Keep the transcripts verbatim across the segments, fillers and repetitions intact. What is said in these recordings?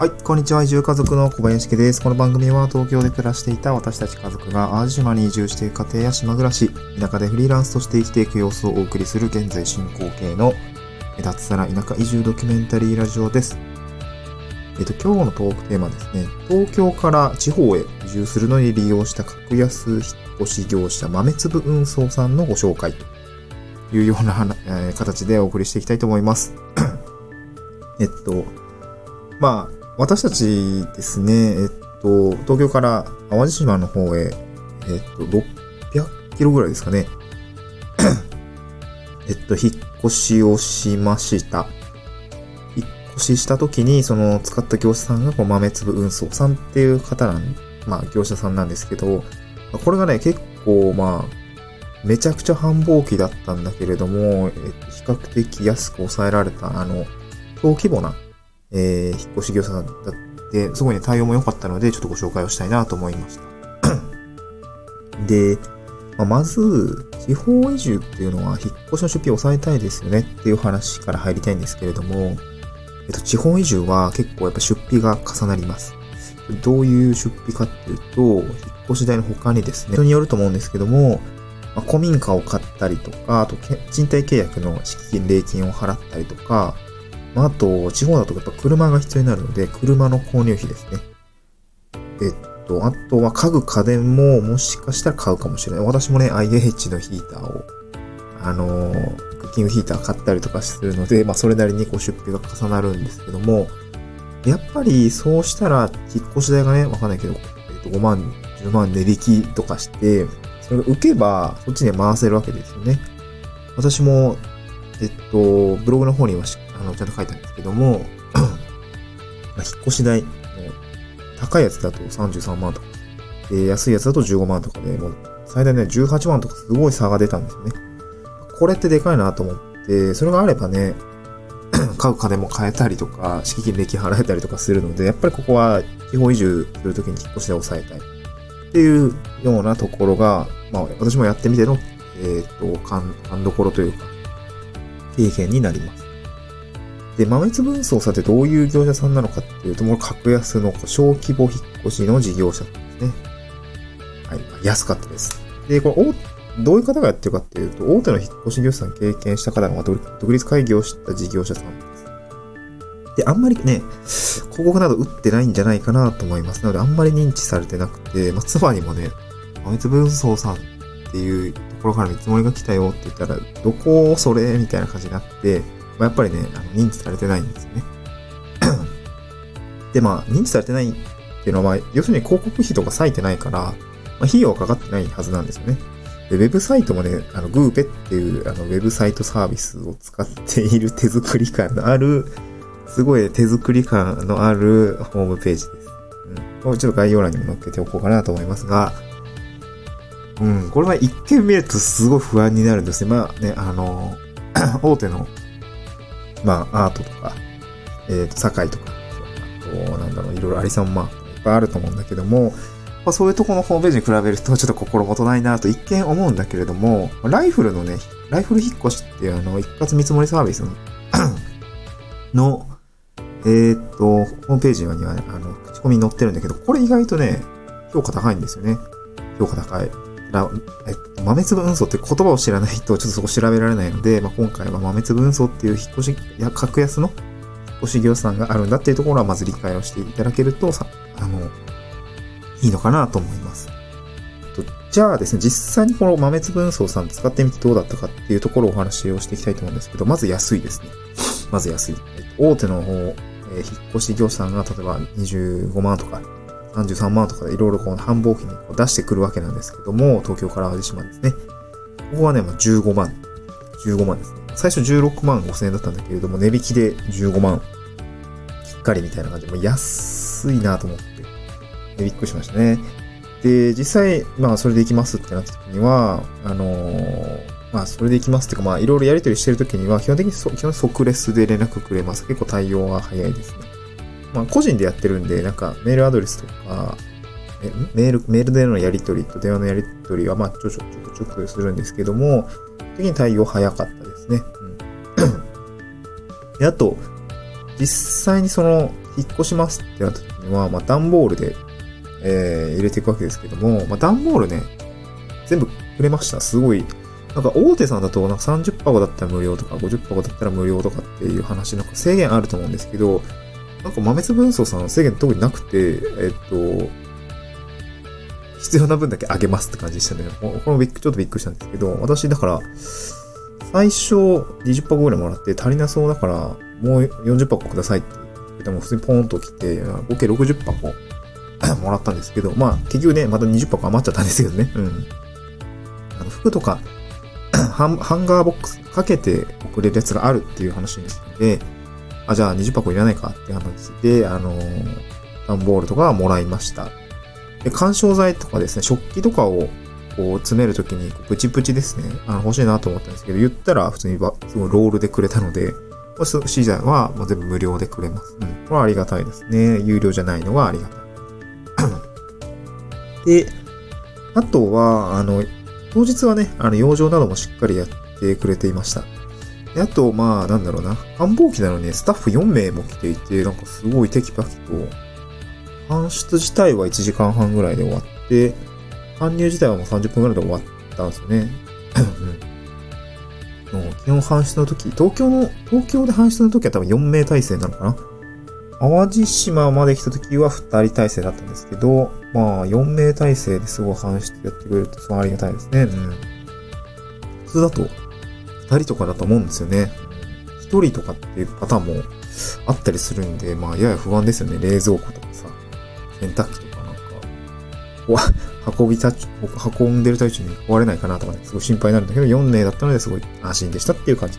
はい、こんにちは。移住家族の小林家です。この番組は東京で暮らしていた私たち家族が淡路島に移住している家庭や島暮らし、田舎でフリーランスとして生きていく様子をお送りする現在進行形の脱サラ田舎移住ドキュメンタリーラジオです。えっと、今日のトークテーマですね。東京から地方へ移住するのに利用した格安引っ越し業者豆粒運送さんのご紹介というような、えー、形でお送りしていきたいと思います。えっと、まあ、私たちですね、えっと、東京から淡路島の方へ、えっと、ろっぴゃくキロぐらいですかね。えっと、引っ越しをしました。引っ越しした時に、その使った業者さんがこう豆粒運送さんっていう方なん、まあ業者さんなんですけど、これがね、結構まあ、めちゃくちゃ繁忙期だったんだけれども、えっと、比較的安く抑えられた、あの、小規模な、えー、引っ越し業者さんだって、すごいね、対応も良かったので、ちょっとご紹介をしたいなと思いました。で、まあ、まず、地方移住っていうのは、引っ越しの出費を抑えたいですよねっていう話から入りたいんですけれども、えっと、地方移住は結構やっぱ出費が重なります。どういう出費かっていうと、引っ越し代の他にですね、人によると思うんですけども、まあ、古民家を買ったりとか、あと、賃貸契約の敷金、礼金を払ったりとか、あと、地方だとやっぱ車が必要になるので、車の購入費ですね。えっと、あとは家具家電ももしかしたら買うかもしれない。私もね、アイエイチ のヒーターを、あのー、クッキングヒーター買ったりとかするので、まあそれなりにこう出費が重なるんですけども、やっぱりそうしたら、引っ越し代がね、わかんないけど、えっと、ごまん、じゅうまん値引きとかして、それが浮けば、そっちに回せるわけですよね。私も、えっと、ブログの方にはあの、ちゃんと書いたんですけども、まあ、引っ越し代、高いやつだとさんじゅうさんまんとか、で、安いやつだとじゅうごまんとかで、もう最大ね、じゅうはちまんとかすごい差が出たんですよね。これってでかいなと思って、それがあればね、買う金も買えたりとか、敷金礼金払えたりとかするので、やっぱりここは地方移住するときに引っ越し代を抑えたい。っていうようなところが、まあ私もやってみての、えっと、勘、勘どころというか、経験になります。で、豆粒運送さんってどういう業者さんなのかっていうと、もう格安の小規模引っ越しの事業者ですね。はい。安かったです。で、これ、どういう方がやってるかっていうと、大手の引っ越し業者さん経験した方が独立開業した事業者さんです。で、あんまりね、広告など打ってないんじゃないかなと思います。なので、あんまり認知されてなくて、まあ、妻にもね、豆粒運送さんっていうところから見積もりが来たよって言ったら、どこそれみたいな感じになって、やっぱりね、あの認知されてないんですよね。で、まあ、認知されてないっていうのは、要するに広告費とか割いてないから、まあ、費用はかかってないはずなんですよね。で、ウェブサイトもね、あの、グーペっていう、あの、ウェブサイトサービスを使っている手作り感のある、すごい手作り感のあるホームページです。うん。ちょっと概要欄にも載っけておこうかなと思いますが、うん、これは一見見るとすごい不安になるんですね。まあね、あの、大手のまあ、アートとか、えっと、堺とか、あと、なんだろう、いろいろアリサンマークとかいっぱいあると思うんだけども、まあ、そういうところのホームページに比べるとちょっと心もとないなと一見思うんだけれども、ライフルのね、ライフル引っ越しっていうあの、一括見積もりサービスの、の、えっと、ホームページにはね、あの、口コミに載ってるんだけど、これ意外とね、評価高いんですよね。評価高い。えっと、豆粒運送って言葉を知らないとちょっとそこ調べられないので、まあ、今回は豆粒運送っていう引っ越し、や、格安の引っ越し業者さんがあるんだっていうところはまず理解をしていただけると、さ、あの、いいのかなと思います。じゃあですね、実際にこの豆粒運送さん使ってみてどうだったかっていうところをお話をしていきたいと思うんですけど、まず安いですね。まず安い。大手の方、えー、引っ越し業者さんが例えばにじゅうごまんとか、さんじゅうさんまんとかでいろいろこう繁忙期にこう出してくるわけなんですけども、東京から淡路島ですね。ここはね、まあ、じゅうごまん。じゅうごまんですね。最初じゅうろくまんごせんえんだったんだけれども、値引きでじゅうごまん。きっかりみたいな感じで、もう安いなと思って、びっくりしましたね。で、実際、まあ、それで行きますってなった時には、あのー、まあ、それで行きますっていうか、まあ、いろいろやり取りしてる時には、基本的にそ、基本即レスで連絡くれます。結構対応は早いですね。まあ、個人でやってるんで、なんか、メールアドレスとか、メール、メールでのやり取りと電話のやり取りは、まあ、ちょちょちょちょちょするんですけども、基本的に対応早かったですね。うん。で、あと、実際にその、 引っ越しますってなった時には、まあ、段ボールで、えー、入れていくわけですけども、まあ、段ボールね、全部くれました。すごい。なんか大手さんだと、なんかさんじゅっぱこだったら無料とか、ごじゅっぱこだったら無料とかっていう話、なんか制限あると思うんですけど、なんか豆粒運送さん制限特になくて、えっと、必要な分だけあげますって感じでしたね。これもびっくちょっとびっくりしたんですけど、私だから、最初にじゅっぱこぐらいもらって足りなそうだから、もうよんじゅっぱこくださいって言っても普通にポーンと来て、合計ろくじゅっぱこもらったんですけど、まあ結局ね、またにじゅっぱこ余っちゃったんですけどね。うん。あの服とかハン、ハンガーボックスかけて送れるやつがあるっていう話ですので、あ、じゃあにじゅっぱこいらないかっていう話で、あのー、段ボールとかもらいました。で、緩衝材とかですね、食器とかをこう詰めるときにプチプチですね、あの欲しいなと思ったんですけど、言ったら普通にすごいロールでくれたので、資材はもう全部無料でくれます。うん。これはありがたいですね。有料じゃないのがありがたい。で、あとは、あの、当日はね、あの、養生などもしっかりやってくれていました。で、あと、まあ、なんだろうな。繁忙期なのにスタッフよんめいも来ていて、なんかすごいテキパキと、搬出自体はいちじかんはんぐらいで終わって、搬入自体はもうさんじゅっぷんぐらいで終わったんですよね。うん、基本搬出の時、東京の、東京で搬出の時は多分よんめい体制なのかな。淡路島まで来た時はふたり体制だったんですけど、まあよんめい体制ですごい搬出やってくれるとすごいありがたいですね。うん。普通だとふたりとかだと思うんですよね。ひとりとかっていうパターンもあったりするんで、まあやや不安ですよね。冷蔵庫とかさ、洗濯機とかなんか、運びたち、運んでる最中に壊れないかなとかね、すごい心配になるんだけど、よんめいだったのですごい安心でしたっていう感じ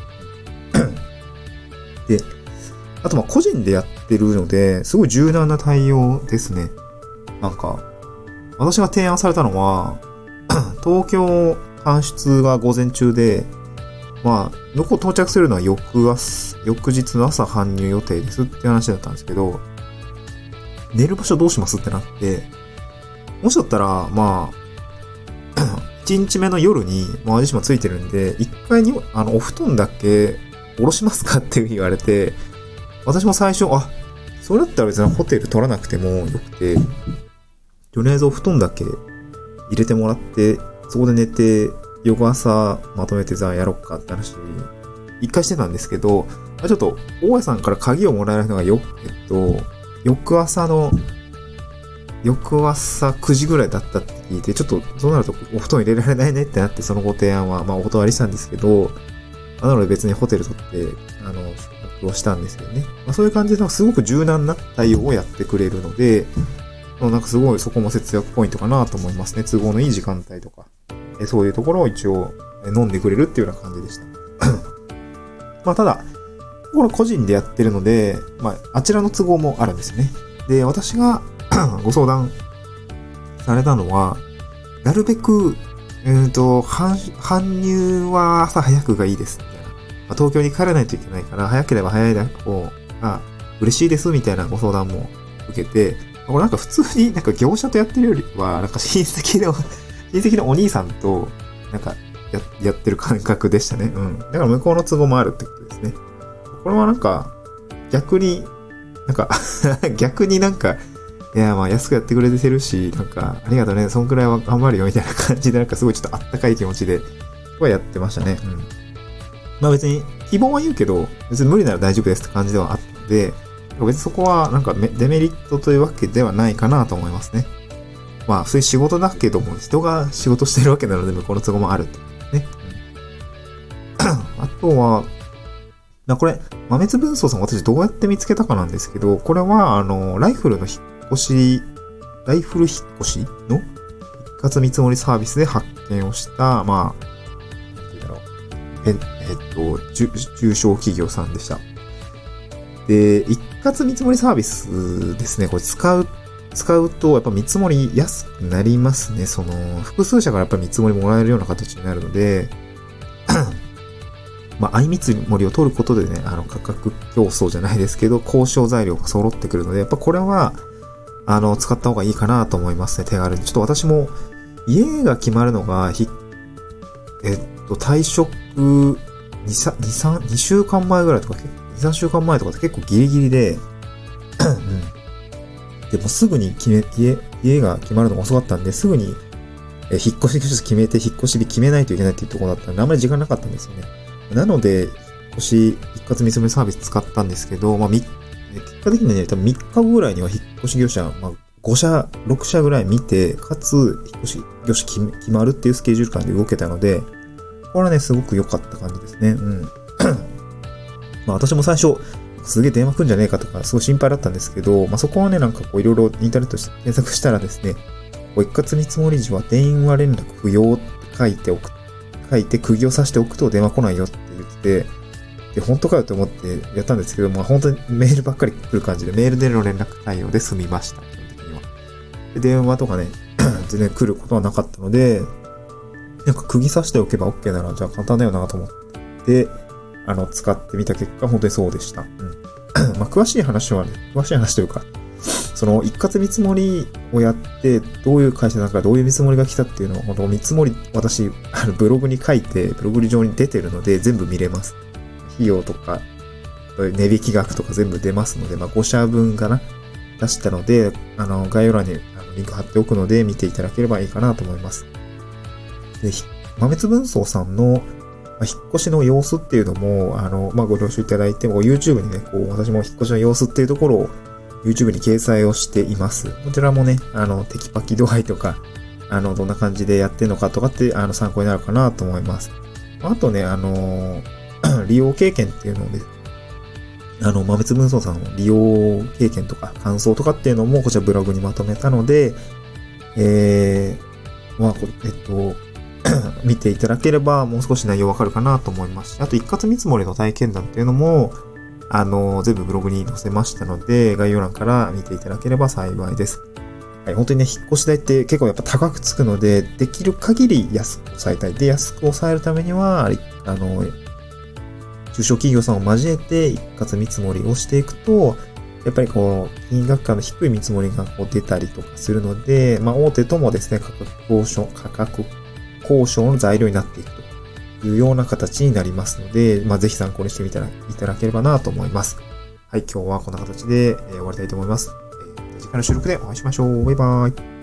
です。で、あとまあ個人でやってるので、すごい柔軟な対応ですね。なんか、私が提案されたのは、東京搬出が午前中で、まあ、どこ到着するのは翌朝、翌日の朝搬入予定ですっていう話だったんですけど、寝る場所どうしますってなって、もしだったら、まあ、いちにちめの夜に、まあ、淡路島ついてるんで、いっかいに、あの、お布団だけ下ろしますかって言われて、私も最初、あ、それだったら別にホテル取らなくてもよくて、とりあえずお布団だけ入れてもらって、そこで寝て、翌朝まとめてじゃあやろっかって話、一回してたんですけど、ちょっと、大家さんから鍵をもらえるのがよ、えっと、翌朝の、翌朝くじぐらいだったって聞いて、ちょっと、そうなるとお布団入れられないねってなって、そのご提案は、まあお断りしたんですけど、なので別にホテル取って、あの、をしたんですけどね。まあ、そういう感じですごく柔軟な対応をやってくれるので、なんかすごいそこも節約ポイントかなと思いますね。都合のいい時間帯とか、そういうところを一応飲んでくれるっていうような感じでした。まあただ、これ個人でやってるので、まああちらの都合もあるんですよね。で、私がご相談されたのは、なるべく、えっと、搬、搬入は朝早くがいいです。まあ、東京に帰らないといけないから、早ければ早い方が嬉しいですみたいなご相談も受けて、これなんか普通になんか業者とやってるよりは、なんか親戚の、親戚のお兄さんと、なんかや、やってる感覚でしたね。うん。だから向こうの都合もあるってことですね。これはなんか、逆に、なんか、逆になんか、いや、まあ安くやってくれてるし、なんか、ありがとうね、そんくらいは頑張るよみたいな感じで、なんかすごいちょっとあったかい気持ちで、はやってましたね。うん。まあ別に、希望は言うけど、別に無理なら大丈夫ですって感じではあったので、別にそこはなんかデメリットというわけではないかなと思いますね。まあ、そういう仕事だけども、人が仕事してるわけなので、向こうの都合もあるってことね。あとは、な、これ、豆粒運送さん私どうやって見つけたかなんですけど、これは、あの、ライフルの引っ越し、ライフル引っ越しの一括見積もりサービスで発見をした、まあ、なんて言うんだろう。え、えっと、中小企業さんでした。で、一括見積もりサービスですね。これ使う、使うと、やっぱ見積もり安くなりますね。その、複数社からやっぱり見積もりもらえるような形になるので、まあ、相見積もりを取ることでね、あの、価格競争じゃないですけど、交渉材料が揃ってくるので、やっぱこれは、あの、使った方がいいかなと思いますね。手軽に。ちょっと私も、家が決まるのが、ひ、えっと、退職に、さん、にしゅうかんまえぐらいとか、に、さんしゅうかんまえとかって結構ギリギリで、 うん。でもすぐに決め、家、家が決まるのが遅かったんで、すぐに、え引っ越し技術決めて、引っ越しで決めないといけないっていうところだったんで、あんまり時間なかったんですよね。なので、引っ越し一括見積もりサービス使ったんですけど、まあ、み、結果的にね、多分みっかごぐらいには引っ越し業者、まあ、ご社、ろく社ぐらい見て、かつ、引っ越し業者決まるっていうスケジュール感で動けたので、これはね、すごく良かった感じですね。うん。まあ、私も最初、すげえ電話来んじゃねえかとか、すごい心配だったんですけど、まあ、そこはね、なんかこう、いろいろインターネットで検索したらですね、こう一括見積もり時は電話連絡不要って書いておく、書いて釘を刺しておくと電話来ないよって言ってて、で、本当かよと思ってやったんですけど、まあ本当にメールばっかり来る感じで、メールでの連絡対応で済みました。基本的には。で、電話とかね、全然来ることはなかったので、なんか釘刺しておけば OK なら、じゃあ簡単だよなと思って、あの、使ってみた結果、本当にそうでした。うん。まあ詳しい話はね、詳しい話というか、その一括見積もりをやって、どういう会社だからどういう見積もりが来たっていうのを、この見積もり、私、あのブログに書いて、ブログ上に出てるので、全部見れます。費用とか、値引き額とか全部出ますので、まあご社分かな、出したので、あの、概要欄にあのリンク貼っておくので、見ていただければいいかなと思います。で、豆津文装さんの、まあ、引っ越しの様子っていうのも、あの、まあご了承いただいても、YouTube にね、こう、私も引っ越しの様子っていうところを、YouTube に掲載をしています。こちらもね、あの、テキパキ度合いとか、あの、どんな感じでやってるのかとかって、あの、参考になるかなと思います。あとね、あの、利用経験っていうのをね、あの、豆津文装さんの利用経験とか感想とかっていうのも、こちらブログにまとめたので、えー、まあ、えっと、見ていただければ、もう少し内容わかるかなと思いますし、あと一括見積もりの体験談っていうのも、あの、全部ブログに載せましたので、概要欄から見ていただければ幸いです。はい、本当にね、引っ越し代って結構やっぱ高くつくので、できる限り安く抑えたい。で、安く抑えるためには、あの、中小企業さんを交えて一括見積もりをしていくと、やっぱりこう、金額感の低い見積もりがこう出たりとかするので、まあ、大手ともですね、価格交渉、価格交渉の材料になっていくというような形になりますので、まあ、ぜひ参考にしてみたらいただければなと思います。はい、今日はこんな形で、えー、終わりたいと思います。えー、次回の収録でお会いしましょう。バイバイ。